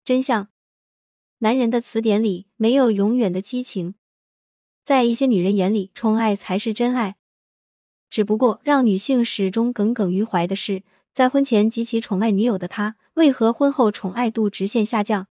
真相：男人的词典里没有永远的激情，在一些女人眼里，宠爱才是真爱。只不过让女性始终耿耿于怀的是，在婚前极其宠爱女友的他，为何婚后宠爱度直线下降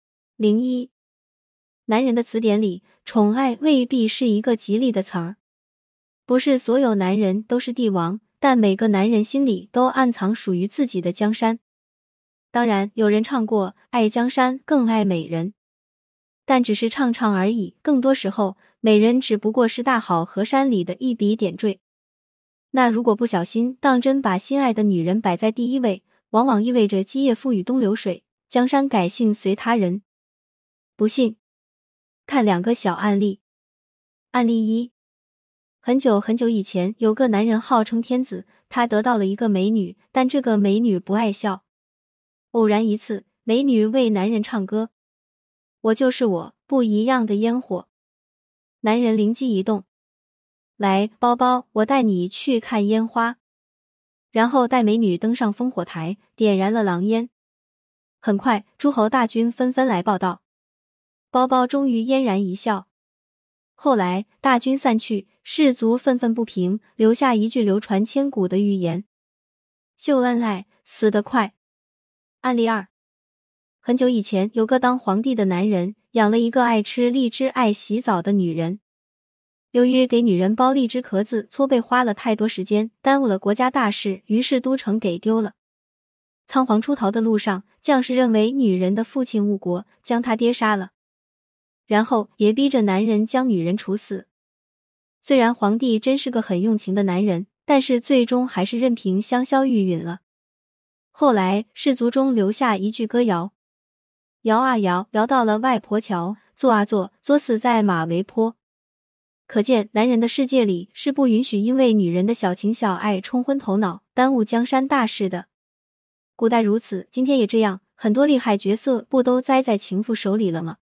？01。男人的词典里，宠爱未必是一个吉利的词儿。不是所有男人都是帝王，但每个男人心里都暗藏属于自己的江山。当然，有人唱过爱江山更爱美人，但只是唱唱而已，更多时候，美人只不过是大好河山里的一笔点缀。那如果不小心当真把心爱的女人摆在第一位，往往意味着基业付与东流水，江山改姓随他人。不信？看2个小案例。案例1：很久很久以前，有个男人号称天子，他得到了一个美女，但这个美女不爱笑。偶然一次，美女为男人唱歌：我就是我，不一样的烟火。男人灵机一动：来，包包，我带你去看烟花。然后带美女登上烽火台，点燃了狼烟。很快，诸侯大军纷纷来报道，包包终于嫣然一笑。后来大军散去，士卒愤愤不平，留下一句流传千古的寓言：秀恩爱，死得快。案例2：很久以前，有个当皇帝的男人养了一个爱吃荔枝、爱洗澡的女人。由于给女人剥荔枝壳子搓背花了太多时间，耽误了国家大事，于是都城给丢了。仓皇出逃的路上，将士认为女人的父亲误国，将他爹杀了，然后也逼着男人将女人处死。虽然皇帝真是个很用情的男人，但是最终还是任凭香消玉殒了。后来士族中留下一句歌谣：摇啊摇，摇到了外婆桥，坐啊坐，坐死在马嵬坡。可见男人的世界里是不允许因为女人的小情小爱冲昏头脑，耽误江山大事的。古代如此，今天也这样，很多厉害角色不都栽在情妇手里了吗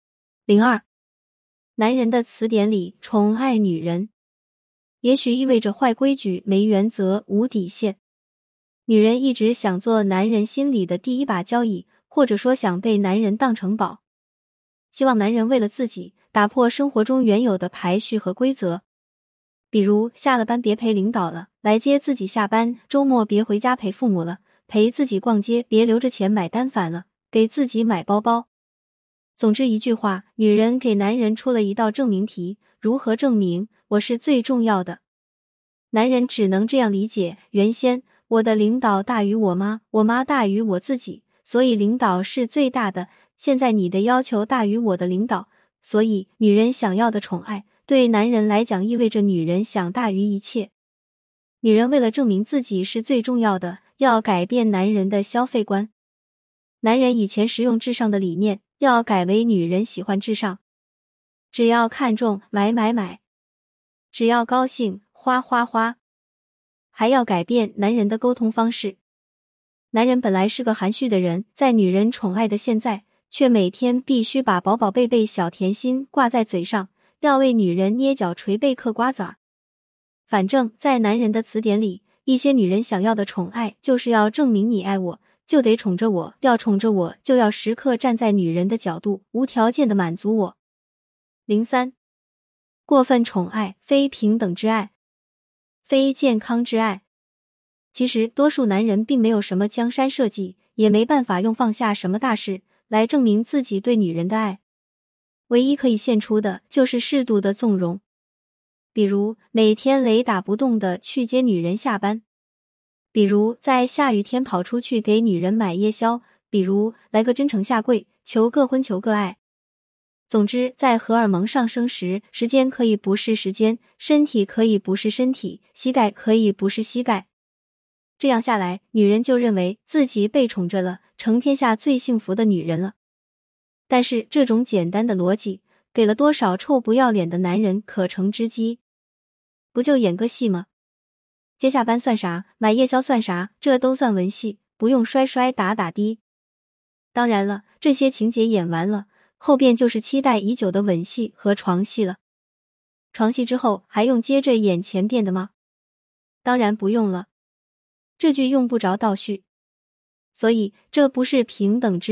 ？02。男人的词典里宠爱女人，也许意味着坏规矩、没原则、无底线。女人一直想做男人心里的第一把交椅，或者说想被男人当成宝，希望男人为了自己打破生活中原有的排序和规则。比如下了班别陪领导了，来接自己下班，周末别回家陪父母了，陪自己逛街别留着钱买单反了，给自己买包包。总之一句话，女人给男人出了一道证明题，如何证明我是最重要的？男人只能这样理解：原先我的领导大于我妈，我妈大于我自己，所以领导是最大的。现在你的要求大于我的领导，所以女人想要的宠爱，对男人来讲意味着女人想大于一切。女人为了证明自己是最重要的，要改变男人的消费观。男人以前实用至上的理念，要改为女人喜欢至上。只要看中，买买买；只要高兴，花花花。还要改变男人的沟通方式。男人本来是个含蓄的人，在女人宠爱的现在，却每天必须把宝宝贝贝小甜心挂在嘴上，要为女人捏脚捶背嗑瓜子儿。反正在男人的词典里，一些女人想要的宠爱就是要证明你爱我，就得宠着我，要宠着我，就要时刻站在女人的角度，无条件的满足我。03。过分宠爱，非平等之爱，非健康之爱。其实多数男人并没有什么江山社稷，也没办法用放下什么大事来证明自己对女人的爱，唯一可以献出的就是适度的纵容。比如每天雷打不动的去接女人下班，比如在下雨天跑出去给女人买夜宵，比如来个真诚下跪，求个婚求个爱。总之，在荷尔蒙上升时，时间可以不是时间，身体可以不是身体，膝盖可以不是膝盖。这样下来，女人就认为自己被宠着了，成天下最幸福的女人了。但是这种简单的逻辑，给了多少臭不要脸的男人可乘之机？不就演个戏吗？接下班算啥？买夜宵算啥？这都算文戏，不用摔摔打打的。当然了，这些情节演完了，后边就是期待已久的吻戏和床戏了。床戏之后还用接着演前边的吗？当然不用了，这句用不着倒叙。所以这不是平等之爱，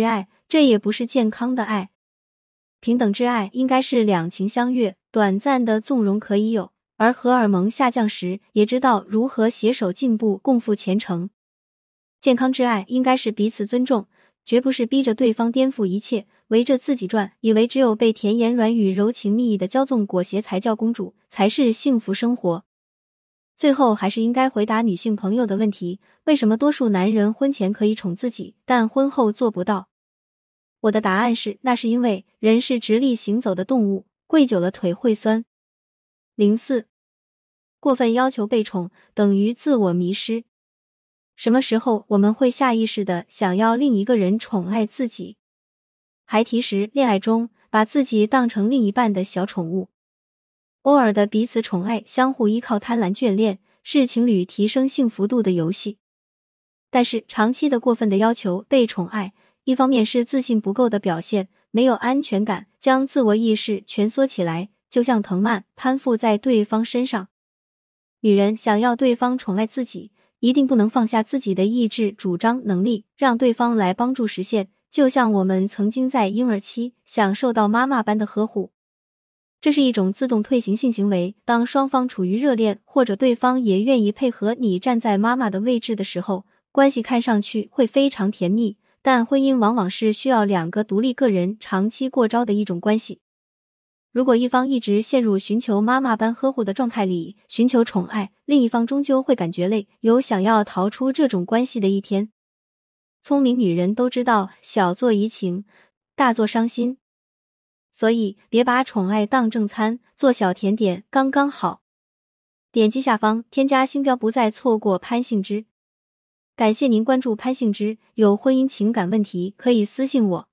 这也不是健康的爱。平等之爱应该是两情相悦，短暂的纵容可以有，而荷尔蒙下降时也知道如何携手进步，共赴前程。健康之爱应该是彼此尊重，绝不是逼着对方颠覆一切，围着自己转，以为只有被甜言软语、柔情蜜意的骄纵裹挟才叫公主，才是幸福生活。最后还是应该回答女性朋友的问题，为什么多数男人婚前可以宠自己，但婚后做不到？我的答案是，那是因为人是直立行走的动物，跪久了腿会酸。04. 过分要求被宠等于自我迷失。什么时候我们会下意识的想要另一个人宠爱自己？孩提时、恋爱中，把自己当成另一半的小宠物。偶尔的彼此宠爱，相互依靠，贪婪眷恋，是情侣提升幸福度的游戏。但是长期的过分的要求被宠爱，一方面是自信不够的表现，没有安全感，将自我意识蜷缩起来，就像藤蔓攀附在对方身上。女人想要对方宠爱自己，一定不能放下自己的意志、主张、能力，让对方来帮助实现，就像我们曾经在婴儿期享受到妈妈般的呵护。这是一种自动退行性行为，当双方处于热恋，或者对方也愿意配合你站在妈妈的位置的时候，关系看上去会非常甜蜜，但婚姻往往是需要两个独立个人长期过招的一种关系。如果一方一直陷入寻求妈妈般呵护的状态里，寻求宠爱，另一方终究会感觉累，有想要逃出这种关系的一天。聪明女人都知道，小做怡情，大做伤心。所以别把宠爱当正餐，做小甜点刚刚好。点击下方添加星标，不再错过潘幸之。感谢您关注潘幸之，有婚姻情感问题可以私信我。